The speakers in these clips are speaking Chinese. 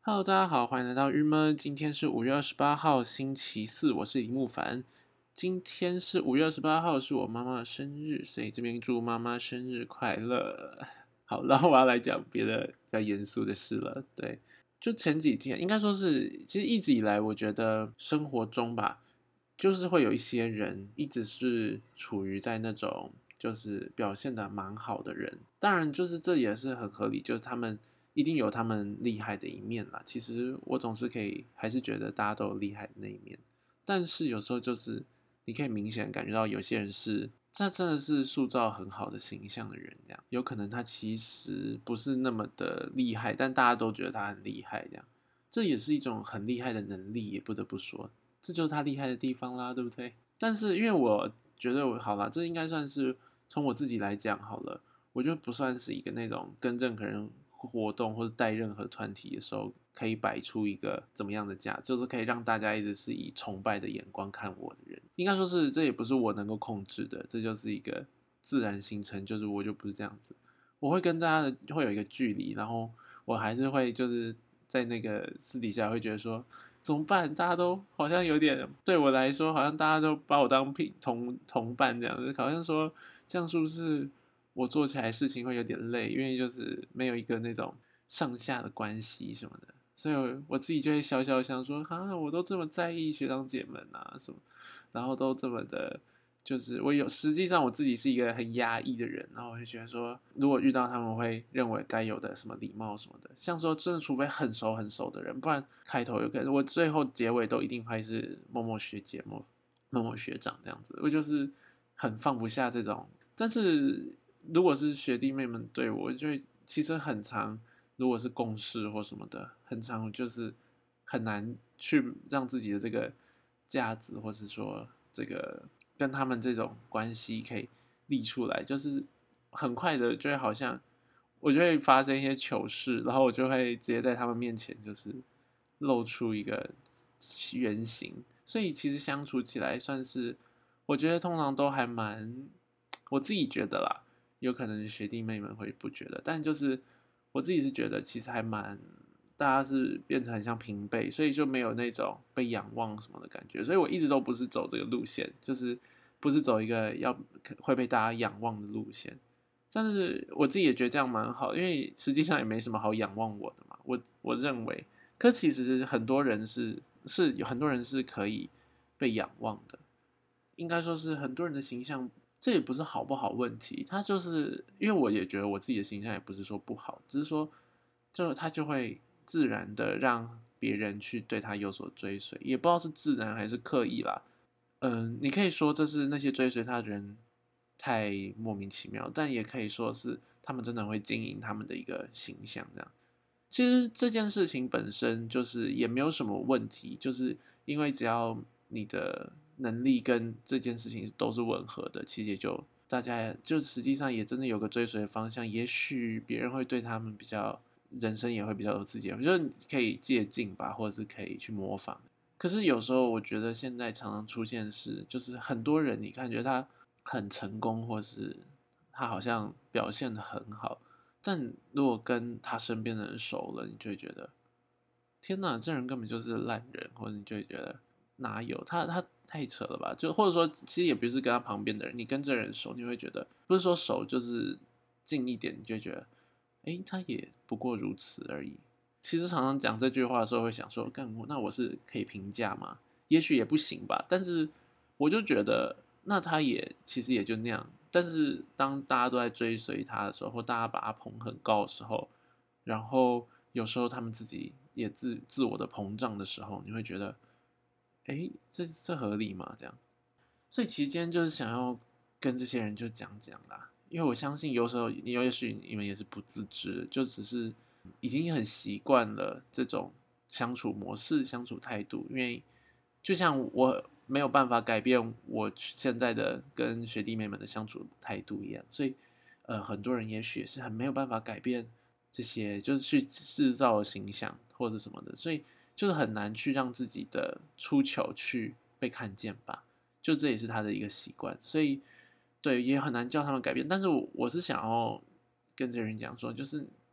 Hello，大家好，欢迎来到郁闷。今天是5月28号，星期四，我是李木凡。今天是5月28号，是我妈妈的生日，所以这边祝妈妈生日快乐。好，然后我要来讲别的比较严肃的事了。对，就前几天，应该说是，其实一直以来，我觉得生活中吧，就是会有一些人一直是处于在那种就是表现的蛮好的人，当然就是这也是很合理，就是他们一定有他们厉害的一面啦。其实我总是可以还是觉得大家都有厉害的那一面，但是有时候就是你可以明显感觉到有些人是这真的是塑造很好的形象的人，这样有可能他其实不是那么的厉害，但大家都觉得他很厉害，这样这也是一种很厉害的能力，也不得不说。这就是他厉害的地方啦，对不对？但是因为我觉得好啦，这应该算是从我自己来讲好了，我觉得不算是一个那种跟任何人活动或者带任何团体的时候可以摆出一个怎么样的架，就是可以让大家一直是以崇拜的眼光看我的人。应该说是这也不是我能够控制的，这就是一个自然形成，就是我就不是这样子，我会跟大家的会有一个距离，然后我还是会就是在那个私底下会觉得说。怎么办？大家都好像有点对我来说，好像大家都把我当同伴这样子，好像说这样是不是我做起来事情会有点累？因为就是没有一个那种上下的关系什么的，所以我自己就会小小想说，啊，我都这么在意学长姐们啊什么，然后都这么的。就是实际上我自己是一个很压抑的人，然后我就觉得说，如果遇到他们会认为该有的什么礼貌什么的，像说真的，除非很熟很熟的人，不然开头有可能我最后结尾都一定会是某某学姐、某某学长这样子，我就是很放不下这种。但是如果是学弟妹们对我，就会其实很长，如果是共事或什么的，很长就是很难去让自己的这个架子，或是说这个跟他们这种关系可以立出来，就是很快的就会好像我就会发生一些糗事，然后我就会直接在他们面前就是露出一个原形，所以其实相处起来算是我觉得通常都还蛮我自己觉得啦，有可能学弟妹们会不觉得，但就是我自己是觉得其实还蛮。大家是变成很像平辈，所以就没有那种被仰望什么的感觉。所以我一直都不是走这个路线，就是不是走一个会被大家仰望的路线。但是我自己也觉得这样蛮好，因为实际上也没什么好仰望我的嘛。我认为，可其实很多人有很多人是可以被仰望的，应该说是很多人的形象，这也不是好不好问题，他就是因为我也觉得我自己的形象也不是说不好，只是说他就会自然的让别人去对他有所追随，也不知道是自然还是刻意啦。你可以说这是那些追随他的人太莫名其妙，但也可以说是他们真的会经营他们的一个形象这样。其实这件事情本身就是也没有什么问题，就是因为只要你的能力跟这件事情都是吻合的，其实也就大家就实际上也真的有个追随的方向，也许别人会对他们比较人生也会比较有自己的，就是可以借鉴吧，或者是可以去模仿。可是有时候我觉得现在常常出现的是，就是很多人你感觉他很成功，或是他好像表现的很好。但如果跟他身边的人熟了，你就会觉得天哪，这人根本就是烂人，或者你就会觉得哪有他太扯了吧？就或者说，其实也不是跟他旁边的人，你跟这人熟，你会觉得不是说熟，就是近一点，你就会觉得，诶，他也不过如此而已。其实常常讲这句话的时候，会想说，那我是可以评价吗？也许也不行吧。但是我就觉得，那他也其实也就那样。但是当大家都在追随他的时候，或大家把他捧很高的时候，然后有时候他们自己也自我的膨胀的时候，你会觉得，哎，这合理吗？这样，所以其实今天就是想要跟这些人就讲讲啦，因为我相信有时候也许你们也是不自知的，就只是已经很习惯了这种相处模式、相处态度，因为就像我没有办法改变我现在的跟学弟妹们的相处态度一样，所以很多人也许也是很没有办法改变这些，就是去制造形象或者什么的，所以就是很难去让自己的出糗去被看见吧。就这也是他的一个习惯，所以对也很难叫他们改变。但是我是想要跟这人讲说，就是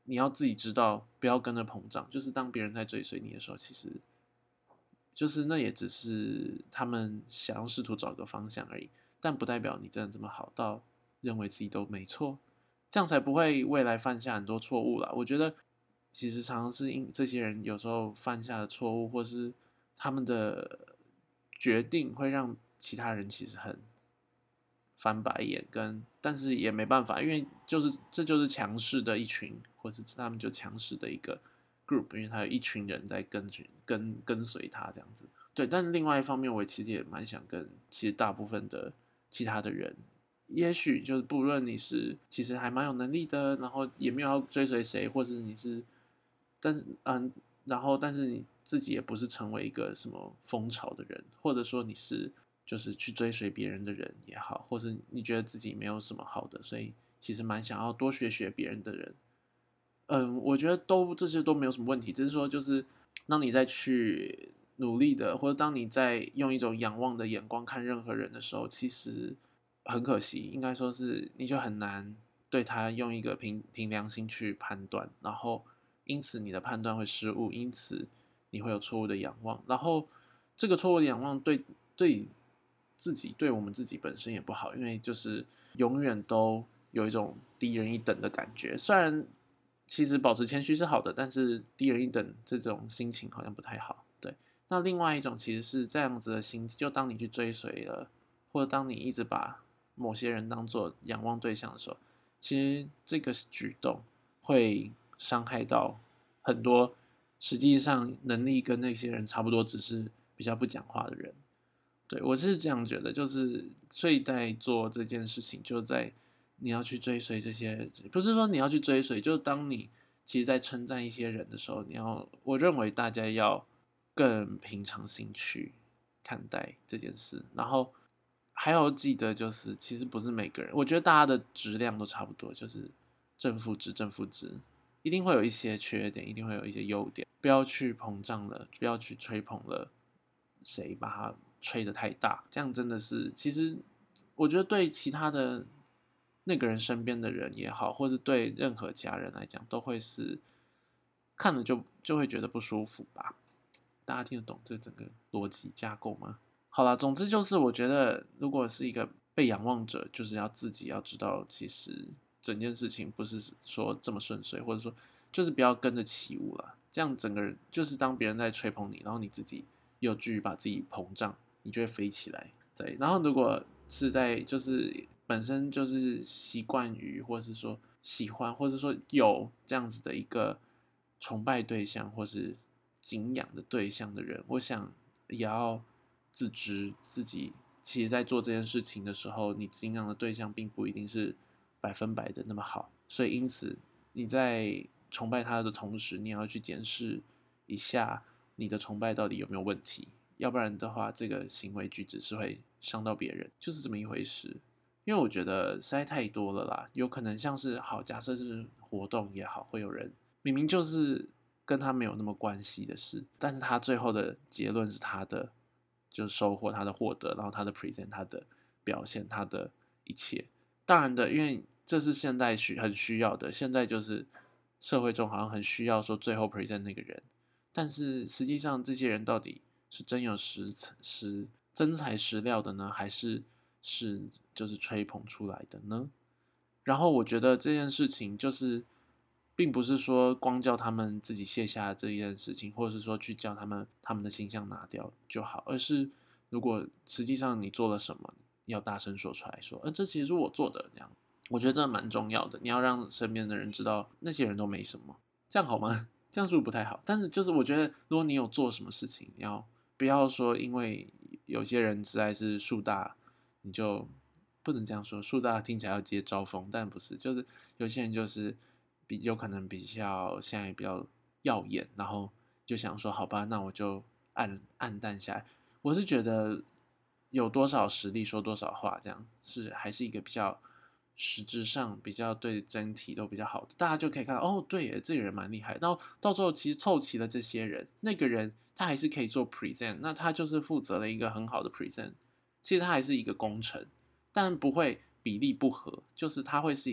你要自己知道，不要跟着膨胀。就是当别人在追随你的时候，其实就是那也只是他们想要试图找个方向而已，但不代表你真的这么好到认为自己都没错，这样才不会未来犯下很多错误啦。我觉得其实常常是因这些人有时候犯下的错误，或是他们的决定，会让其他人其实很翻白眼，但是也没办法，因为这就是强势的一群，或是他们就强势的一个 group，因为他有一群人在跟随他这样子。对，但另外一方面，我其实也蛮想跟其实大部分的其他的人，也许就是不论你是其实还蛮有能力的，然后也没有要追随谁，或是你是，但是你自己也不是成为一个什么风潮的人，或者说你是就是去追随别人的人也好，或是你觉得自己没有什么好的，所以其实蛮想要多学学别人的人，我觉得这些都没有什么问题，只是说就是当你再去努力的，或者当你在用一种仰望的眼光看任何人的时候，其实很可惜，应该说是你就很难对他用一个凭良心去判断，然后因此你的判断会失误，因此你会有错误的仰望，然后这个错误的仰望对自己对我们自己本身也不好，因为就是永远都有一种低人一等的感觉，虽然其实保持谦虚是好的，但是低人一等这种心情好像不太好。对，那另外一种其实是这样子的心情，就当你去追随了，或者当你一直把某些人当做仰望对象的时候，其实这个举动会伤害到很多实际上能力跟那些人差不多，只是比较不讲话的人。对，我是这样觉得，就是所以在做这件事情，就在你要去追随这些，不是说你要去追随，就是当你其实，在称赞一些人的时候，我认为大家要更平常心去看待这件事，然后还有记得就是，其实不是每个人，我觉得大家的质量都差不多，就是正负值，一定会有一些缺点，一定会有一些优点，不要去膨胀了，不要去吹捧了谁，把它吹得太大，这样真的是，其实我觉得对其他的那个人身边的人也好，或是对任何家人来讲，都会是看了就会觉得不舒服吧。大家听得懂这整个逻辑架构吗？好啦，总之就是我觉得，如果是一个被仰望者，就是要自己要知道，其实整件事情不是说这么顺遂，或者说就是不要跟着起舞了。这样整个人就是当别人在吹捧你，然后你自己又继续把自己膨胀，你就会飞起来。对，然后如果是在就是本身就是习惯于，或是说喜欢，或是说有这样子的一个崇拜对象，或是敬仰的对象的人，我想也要自知自己，其实在做这件事情的时候，你敬仰的对象并不一定是100%的那么好，所以因此你在崇拜他的同时，你也要去检视一下你的崇拜到底有没有问题，要不然的话，这个行为举止是会伤到别人，就是这么一回事。因为我觉得实在太多了啦，有可能像是好，假设是活动也好，会有人明明就是跟他没有那么关系的事，但是他最后的结论是他的，就收获他的获得，然后他的 present，他的表现，他的一切。当然的，因为这是现代很需要的，现在就是社会中好像很需要说最后 present 那个人，但是实际上这些人到底是真有真材实料的呢，还是就是吹捧出来的呢？然后我觉得这件事情就是，并不是说光叫他们自己卸下这一件事情，或者是说去叫他们的形象拿掉就好，而是如果实际上你做了什么，要大声说出来说，这其实是我做的，这样我觉得这蛮重要的。你要让身边的人知道，那些人都没什么，这样好吗？这样是不是不太好？但是就是我觉得，如果你有做什么事情，不要说因为有些人实在是树大，你就不能这样说。树大听起来要接招风，但不是，就是有些人就是有可能现在比较耀眼，然后就想说好吧，那我就暗淡下来。我是觉得有多少实力说多少话，这样还是一个比较实质上比较对整体都比较好的，大家就可以看到哦，对耶，这个人蛮厉害。然后到时候其实凑齐了这些人，那个人他还是可以做 present，那他就是负责了一个很好的 present。其实他还是一个工程，但不会比例不合，就是他会是一个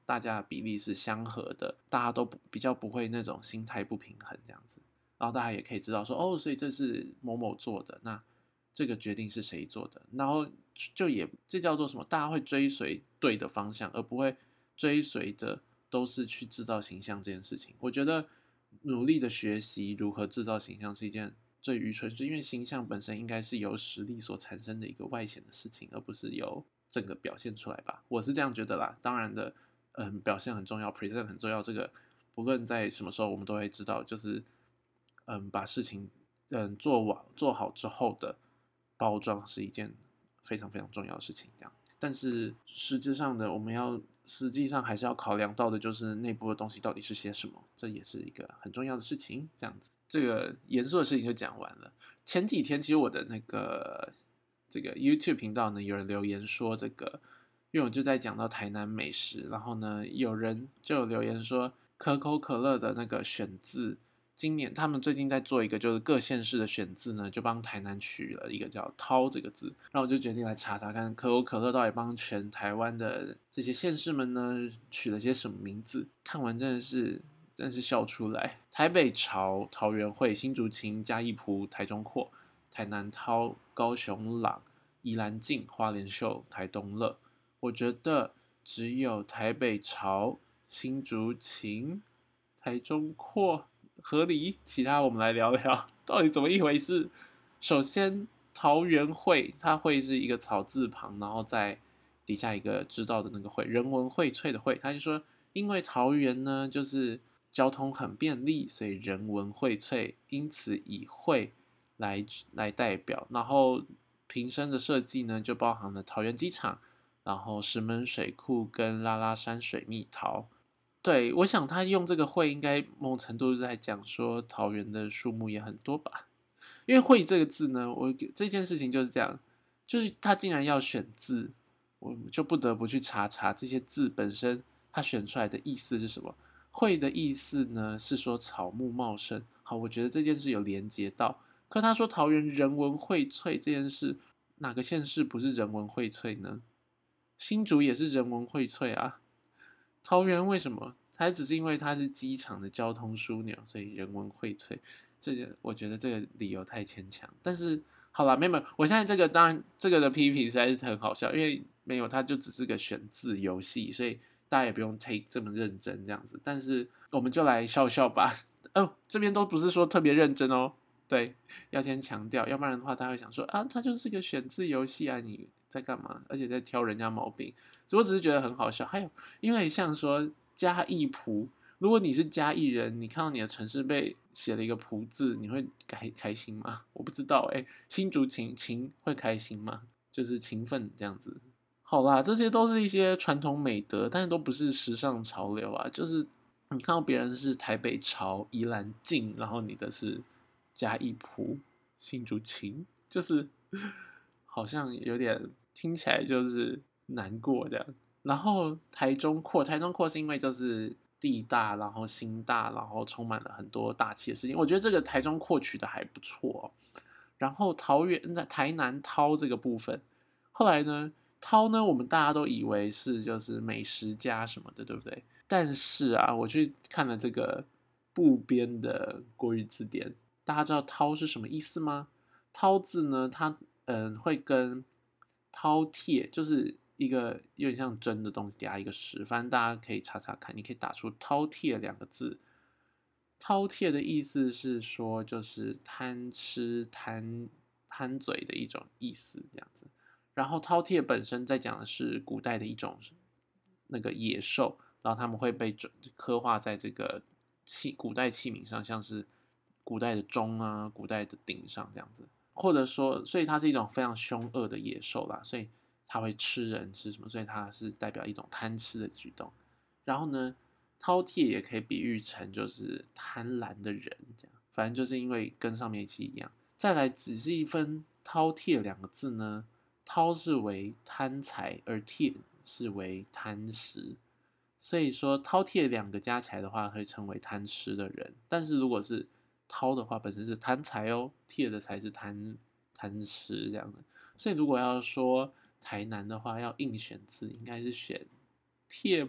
大家的比例是相合的，大家都比较不会那种心态不平衡这样子，然后大家也可以知道说，哦，所以这是某某做的，那这个决定是谁做的，然后就也这叫做什么？大家会追随对的方向，而不会追随着都是去制造形象这件事情。我觉得努力的学习如何制造形象是一件最愚蠢，是因为形象本身应该是由实力所产生的一个外显的事情，而不是由整个表现出来吧。我是这样觉得啦。当然的，表现很重要 ，present 很重要，这个不论在什么时候我们都会知道，就是把事情做好之后的包装是一件非常非常重要的事情，这样。但是实质上的，实际上还是要考量到的，就是内部的东西到底是些什么，这也是一个很重要的事情。这样子，这个严肃的事情就讲完了。前几天其实我的这个 YouTube 频道呢，有人留言说因为我就在讲到台南美食，然后呢，有人就有留言说可口可乐的那个选字。今年他们最近在做一个，就是各县市的选字呢，就帮台南取了一个叫“涛”这个字，然后我就决定来查查看可口可乐到底帮全台湾的这些县市们呢取了些什么名字。看完真的是笑出来。台北潮、桃园会、新竹青、嘉义埔、台中阔、台南涛、高雄朗、宜兰静、花莲秀、台东乐。我觉得只有台北潮、新竹晴、台中阔合理，其他我们来聊聊到底怎么一回事。首先，桃园会，它会是一个草字旁，然后在底下一个知道的那个会，人文荟萃的荟。他就说，因为桃园呢，就是交通很便利，所以人文荟萃，因此以会来代表。然后瓶身的设计呢，就包含了桃园机场，然后石门水库跟拉拉山水蜜桃。对，我想他用这个会，应该某种程度是在讲说桃园的树木也很多吧。因为“会”这个字呢，这件事情就是这样，就是他竟然要选字，我就不得不去查查这些字本身他选出来的意思是什么。“会”的意思呢是说草木茂盛。好，我觉得这件事有连接到。可他说桃园人文荟萃这件事，哪个县市不是人文荟萃呢？新竹也是人文荟萃啊。桃园为什么？还只是因为它是机场的交通枢纽，所以人文荟萃。我觉得这个理由太牵强。但是好啦，没有，我现在这个当然这个的批评实在是很好笑，因为没有它就只是个选字游戏，所以大家也不用 take 这么认真这样子。但是我们就来笑笑吧。哦，这边都不是说特别认真哦。对，要先强调，要不然的话他会想说啊，它就是个选字游戏啊，你在干嘛？而且在挑人家毛病。我只是觉得很好笑。还有，因为像说嘉义埔，如果你是嘉义人，你看到你的城市被写了一个埔字，你会开心吗？我不知道新竹勤会开心吗？就是勤奋这样子。好啦，这些都是一些传统美德，但是都不是时尚潮流啊。就是你看到别人是台北潮、宜兰静，然后你的是嘉义埔、新竹勤，就是好像有点听起来就是难过这样。然后台中扩是因为就是地大，然后心大，然后充满了很多大气的事情。我觉得这个台中扩取的还不错哦。然后台南涛这个部分，后来呢，涛呢，我们大家都以为是就是美食家什么的，对不对？但是啊，我去看了这个部编的国语字典，大家知道涛是什么意思吗？涛字呢，它会跟饕餮，就是一个有点像针的东西加一个石，反正大家可以查查看，你可以打出饕餮两个字。饕餮的意思是说，就是贪吃、贪嘴的一种意思，这样子。然后饕餮本身在讲的是古代的一种那个野兽，然后他们会被刻画在这个古代器皿上，像是古代的钟啊、古代的鼎上这样子。或者说，所以它是一种非常凶恶的野兽啦，所以它会吃人吃什么，所以它是代表一种贪吃的举动。然后呢，饕餮也可以比喻成就是贪婪的人，这样，反正就是因为跟上面一起一样。再来仔细分饕餮两个字呢，饕是为贪财，而餮是为贪食，所以说饕餮两个加起来的话，会称为贪吃的人。但是如果是饕的话，本身是贪财哦，餮的才是贪吃这样的。所以如果要说台南的话，要硬选字，应该是选餮吗？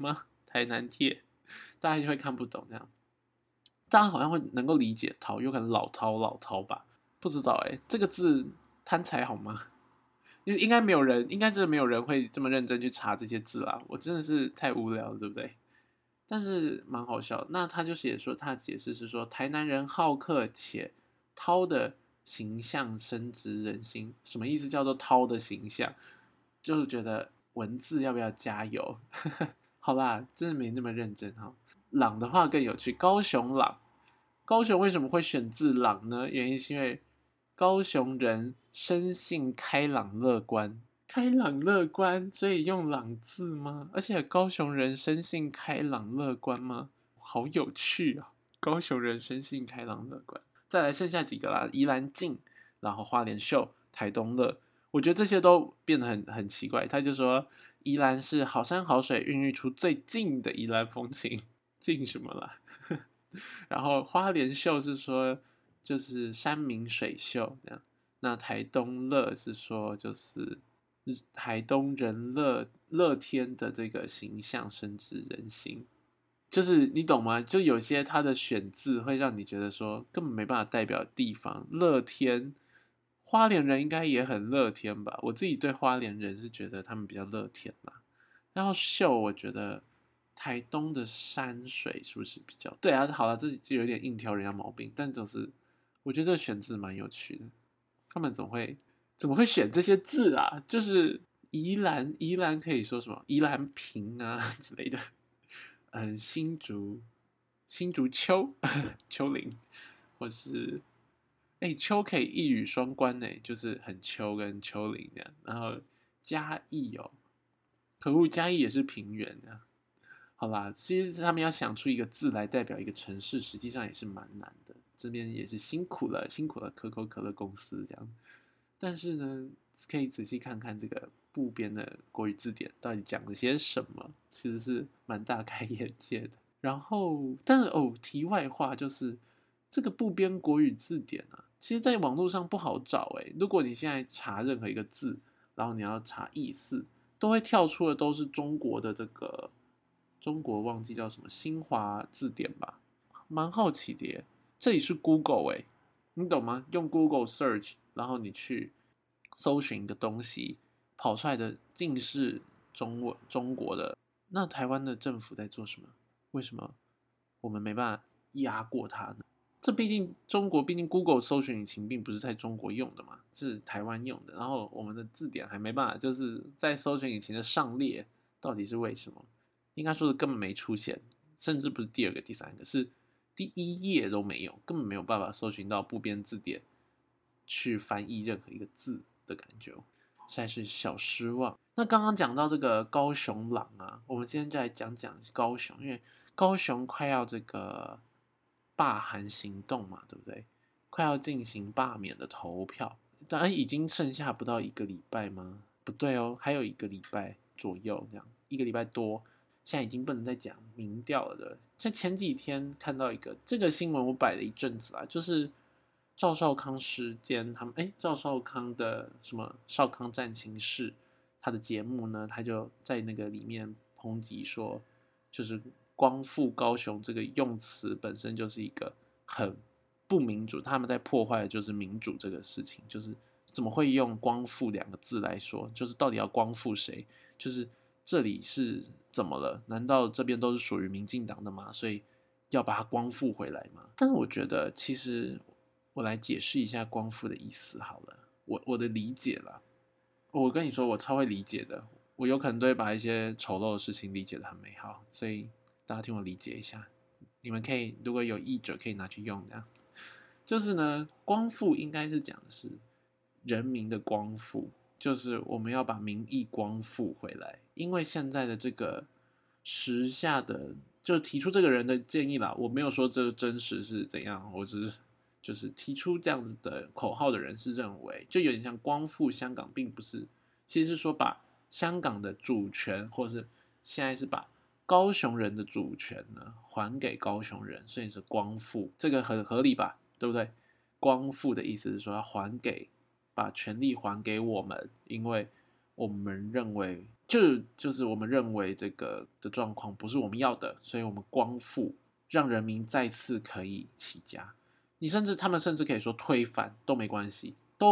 台南贴，大家就会看不懂这样。大家好像会能够理解饕，有可能老饕吧，不知道这个字贪财好吗？应该没有人，应该真的没有人会这么认真去查这些字啦。我真的是太无聊了，对不对？但是蛮好笑的。那他就写说，他的解释是说，台南人好客且饕的形象深植人心。什么意思？叫做饕的形象？就是觉得文字要不要加油？好啦，真的没那么认真哈。朗的话更有趣，高雄朗。高雄为什么会选字朗呢？原因是因为高雄人生性开朗乐观，开朗乐观，所以用朗字吗？而且高雄人生性开朗乐观吗？好有趣啊！高雄人生性开朗乐观。再来剩下几个啦，宜兰静，然后花莲秀，台东乐。我觉得这些都变得很奇怪。他就说，宜兰是好山好水，孕育出最近的宜兰风情。近什么啦？然后花莲秀是说就是山明水秀这样，那台东乐是说就是台东人乐天的这个形象深植人心，就是你懂吗？就有些他的选字会让你觉得说根本没办法代表地方。乐天，花莲人应该也很乐天吧？我自己对花莲人是觉得他们比较乐天啦。然后秀，我觉得台东的山水是不是比较？对啊，好了，这就有点硬挑人家毛病，但就是我觉得这个选字蛮有趣的。他们怎么会选这些字啊？就是宜兰可以说什么宜兰平啊之类的，新竹丘丘陵，或是丘可以一语双关呢，就是很丘跟丘陵这样。然后嘉义哦，可恶，嘉义也是平原啊。好啦，其实他们要想出一个字来代表一个城市，实际上也是蛮难的。这边也是辛苦了，辛苦了可口可乐公司这样。但是呢，可以仔细看看这个部编的国语字典到底讲了些什么，其实是蛮大开眼界的。然后，但是题外话就是这个部编国语字典啊，其实在网络上不好找如果你现在查任何一个字，然后你要查意思，都会跳出的都是中国的这个中国忘记叫什么新华字典吧，蛮好奇的耶。这里是 Google 你懂吗？用 Google Search，然后你去搜寻一个东西，跑出来的尽是中国的。那台湾的政府在做什么？为什么我们没办法压过它呢？这毕竟中国，毕竟 Google 搜寻引擎并不是在中国用的嘛，是台湾用的。然后我们的字典还没办法，就是在搜寻引擎的上列，到底是为什么？应该说是根本没出现，甚至不是第二个、第三个，是第一页都没有，根本没有办法搜寻到部编字典去翻译任何一个字的感觉，实在是小失望。那刚刚讲到这个高雄朗啊，我们今天就来讲讲高雄，因为高雄快要这个罢韩行动嘛，对不对？快要进行罢免的投票，当然已经剩下不到一个礼拜吗？不对哦，还有一个礼拜左右，这样一个礼拜多。现在已经不能再讲民调了的。像前几天看到一个这个新闻，我摆了一阵子啦，就是赵少康时间他们赵少康的什么少康战情室，他的节目呢，他就在那个里面抨击说，就是光复高雄这个用词本身就是一个很不民主，他们在破坏的就是民主这个事情，就是怎么会用光复两个字来说，就是到底要光复谁，就是这里是怎么了？难道这边都是属于民进党的吗？所以要把它光复回来吗？但是我觉得，其实我来解释一下光复的意思好了，我的理解啦。我跟你说，我超会理解的，我有可能都会把一些丑陋的事情理解的很美好，所以大家听我理解一下。你们可以如果有译者可以拿去用这样。就是呢，光复应该是讲的是人民的光复，就是我们要把民意光复回来。因为现在的这个时下的，就提出这个人的建议啦，我没有说这个真实是怎样，我只是就是提出这样子的口号的人是认为，就有点像光复香港，并不是，其实是说把香港的主权，或是现在是把高雄人的主权呢还给高雄人，所以是光复，这个很合理吧？对不对？光复的意思是说要把权力还给我们，因为我们认为就是我们认为这个的状况不是我们要的，所以我们光复，让人民再次可以起家。他们甚至可以说推翻都没关系，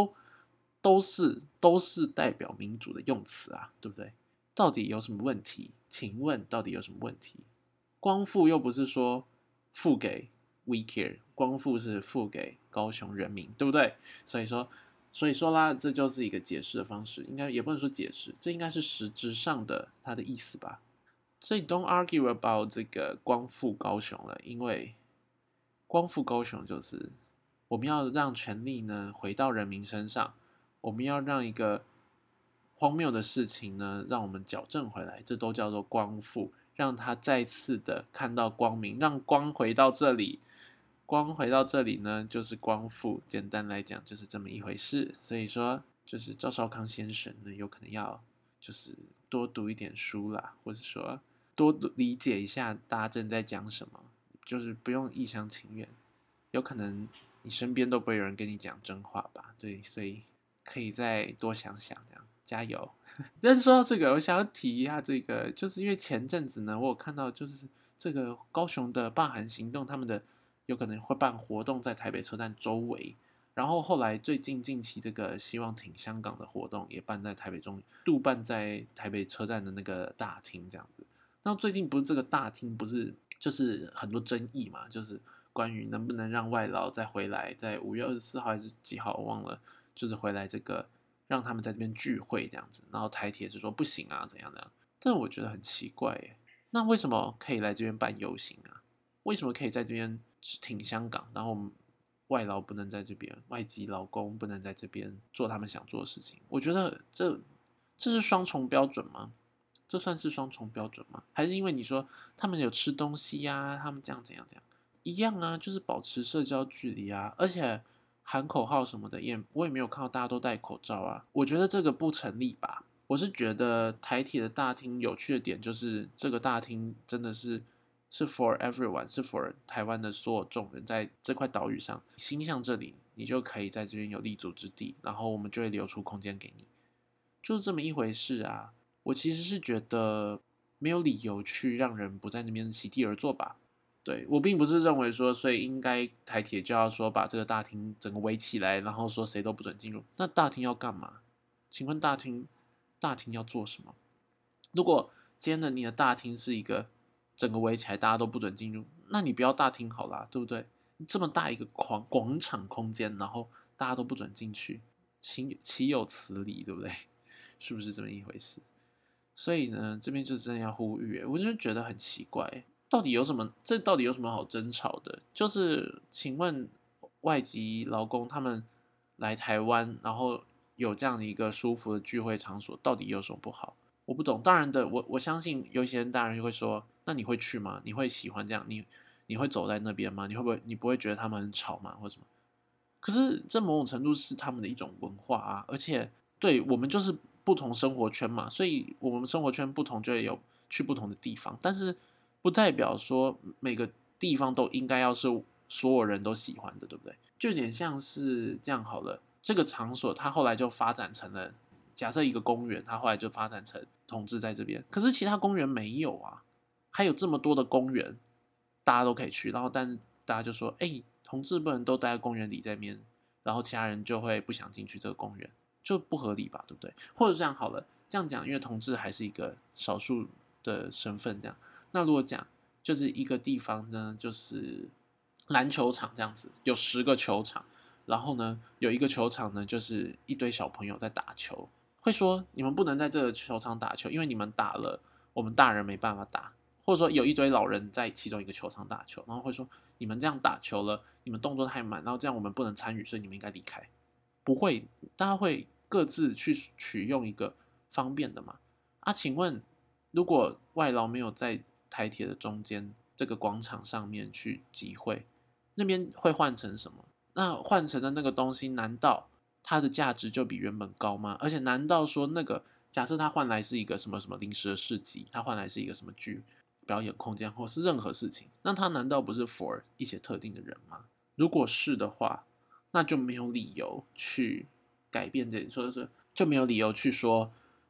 都是代表民主的用词啊，对不对？到底有什么问题？请问到底有什么问题？光复又不是说付给 We Care， 光复是付给高雄人民，对不对？所以说啦，这就是一个解释的方式，应该也不能说解释，这应该是实质上的它的意思吧。所以 don't argue about 这个光复高雄了，因为光复高雄就是我们要让权力呢回到人民身上，我们要让一个荒谬的事情呢让我们矫正回来，这都叫做光复，让他再次的看到光明，让光回到这里。光回到这里呢，就是光复。简单来讲，就是这么一回事。所以说，就是赵少康先生呢，有可能要就是多读一点书啦，或者说多理解一下大家正在讲什么，就是不用一厢情愿。有可能你身边都不会有人跟你讲真话吧？对，所以可以再多想想，这样加油。但是说到这个，我想要提一下这个，就是因为前阵子呢，我有看到就是这个高雄的罢韩行动，他们的有可能会办活动在台北车站周围，然后后来近期这个希望挺香港的活动也办在台北办在台北车站的那个大厅这样子。那最近不是这个大厅不是就是很多争议嘛，就是关于能不能让外劳再回来，在5月24号还是几号我忘了，就是回来这个让他们在这边聚会这样子，然后台铁是说不行啊怎样怎样，但我觉得很奇怪耶，那为什么可以来这边办游行啊？为什么可以在这边挺香港，然后外劳不能在这边，外籍劳工不能在这边做他们想做的事情？我觉得这是双重标准吗？这算是双重标准吗？还是因为你说他们有吃东西呀、他们这样怎样怎样一样啊？就是保持社交距离啊，而且喊口号什么的，我也没有看到大家都戴口罩啊。我觉得这个不成立吧。我是觉得台铁的大厅有趣的点就是这个大厅真的是 for everyone， 是 for 台湾的所有众人，在这块岛屿上，心向这里，你就可以在这边有立足之地，然后我们就会留出空间给你，就是这么一回事啊。我其实是觉得没有理由去让人不在那边席地而坐吧。对，我并不是认为说，所以应该台铁就要说把这个大厅整个围起来，然后说谁都不准进入。那大厅要干嘛？请问大厅要做什么？如果今天的你的大厅是一个整个围起来，大家都不准进入，那你不要大厅好啦，对不对？这么大一个广场空间，然后大家都不准进去，岂有此理，对不对？是不是这么一回事？所以呢，这边就真的要呼吁，我就觉得很奇怪，这到底有什么好争吵的？就是请问外籍劳工他们来台湾，然后有这样的一个舒服的聚会场所，到底有什么不好？我不懂。当然的，我相信有一些人当然会说，那你会去吗？你会喜欢这样？你会走在那边吗？你不会觉得他们很吵吗？或什么？可是这某种程度是他们的一种文化啊，而且对我们就是不同生活圈嘛，所以我们生活圈不同就会有去不同的地方，但是不代表说每个地方都应该要是所有人都喜欢的，对不对？就有点像是这样好了，这个场所它后来就发展成了，假设一个公园，它后来就发展成同志在这边，可是其他公园没有啊，还有这么多的公园，大家都可以去，然后但是大家就说，同志不能都待在公园里在面，然后其他人就会不想进去这个公园，就不合理吧，对不对？或者这样好了，这样讲，因为同志还是一个少数的身份，这样，那如果讲就是一个地方呢，就是篮球场这样子，有10个球场，然后呢有一个球场呢就是一堆小朋友在打球，会说你们不能在这个球场打球，因为你们打了，我们大人没办法打。或者说有一堆老人在其中一个球场打球，然后会说你们这样打球了，你们动作太慢，然后这样我们不能参与，所以你们应该离开。不会，大家会各自去取用一个方便的嘛？啊，请问如果外劳没有在台铁的中间这个广场上面去集会，那边会换成什么？那换成的那个东西，难道它的价值就比原本高吗？而且难道说那个假设它换来是一个什么什么临时的市集，它换来是一个什么表演空间或是任何事情，那它难道不是 for 一些特定的人吗？如果是的话，那就没有理由去改变这，所以说就没有理由去说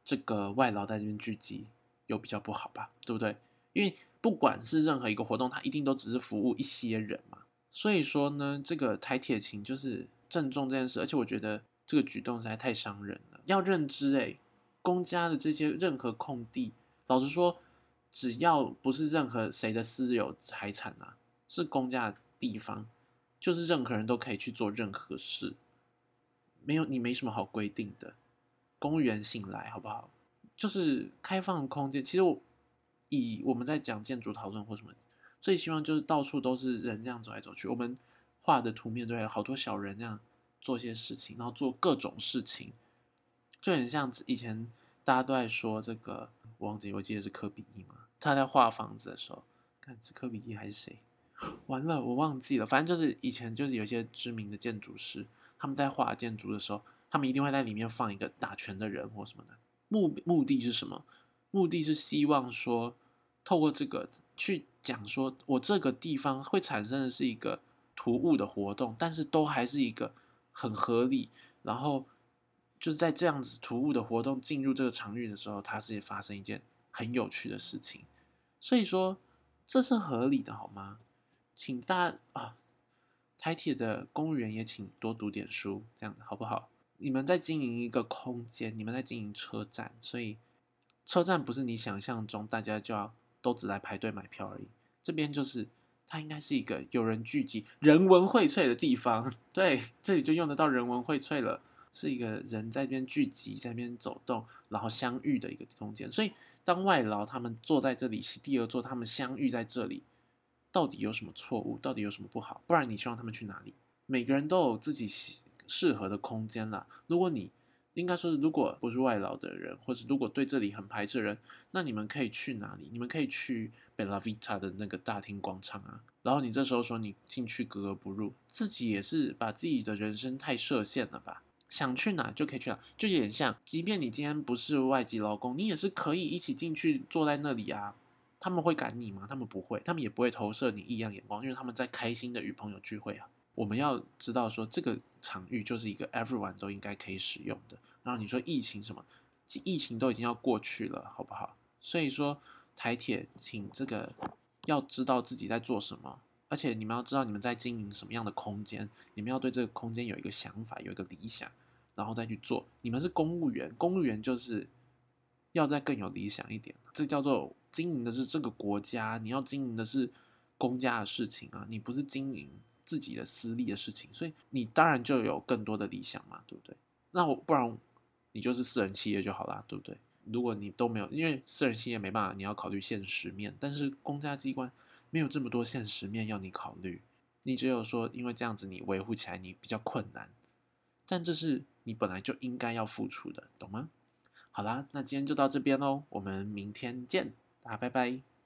这个外劳在这边聚集有比较不好吧，对不对？因为不管是任何一个活动，它一定都只是服务一些人嘛。所以说呢，这个台铁勤就是郑重这件事，而且我觉得这个举动实在太伤人了。要认知公家的这些任何空地，老实说，只要不是任何谁的私有财产啊，是公家的地方，就是任何人都可以去做任何事，你没什么好规定的。公务员醒来好不好？就是开放的空间。其实以我们在讲建筑讨论或什么，最希望就是到处都是人这样走来走去。我们画的图面都有好多小人这样做些事情，然后做各种事情，就很像以前大家都在说这个，我记得是科比一嘛，他在画房子的时候，看是科比一还是谁？完了，我忘记了。反正就是以前就是有一些知名的建筑师，他们在画建筑的时候，他们一定会在里面放一个打拳的人或什么的。目的是什么？目的是希望说，透过这个去讲说，我这个地方会产生的是一个突兀的活动，但是都还是一个很合理，然后就是在这样子突兀的活动进入这个场域的时候，它是发生一件很有趣的事情。所以说，这是合理的，好吗？请大家台铁的公务员也请多读点书，这样好不好？你们在经营一个空间，你们在经营车站，所以车站不是你想象中大家就要都只来排队买票而已。这边就是它应该是一个有人聚集、人文荟萃的地方。对，这里就用得到人文荟萃了，是一个人在这边聚集、在那边走动，然后相遇的一个空间。所以当外劳他们坐在这里，席地而坐，他们相遇在这里。到底有什么错误？到底有什么不好？不然你希望他们去哪里？每个人都有自己适合的空间啦。如果你应该说，如果不是外劳的人，或者如果对这里很排斥的人，那你们可以去哪里？你们可以去贝拉维塔的那个大厅广场啊。然后你这时候说你进去格格不入，自己也是把自己的人生太设限了吧？想去哪就可以去哪，就有点像，即便你今天不是外籍劳工，你也是可以一起进去坐在那里啊。他们会赶你吗？他们不会，他们也不会投射你异样眼光，因为他们在开心的与朋友聚会啊。我们要知道说，这个场域就是一个 everyone 都应该可以使用的。然后你说疫情什么，疫情都已经要过去了，好不好？所以说台铁，请这个要知道自己在做什么，而且你们要知道你们在经营什么样的空间，你们要对这个空间有一个想法，有一个理想，然后再去做。你们是公务员，公务员就是要再更有理想一点，这叫做经营的是这个国家，你要经营的是公家的事情啊，你不是经营自己的私利的事情，所以你当然就有更多的理想嘛，对不对？那不然你就是私人企业就好啦，对不对？如果你都没有，因为私人企业没办法，你要考虑现实面，但是公家机关没有这么多现实面要你考虑，你只有说因为这样子你维护起来你比较困难，但这是你本来就应该要付出的，懂吗？好啦，那今天就到这边喽，我们明天见，大家拜拜。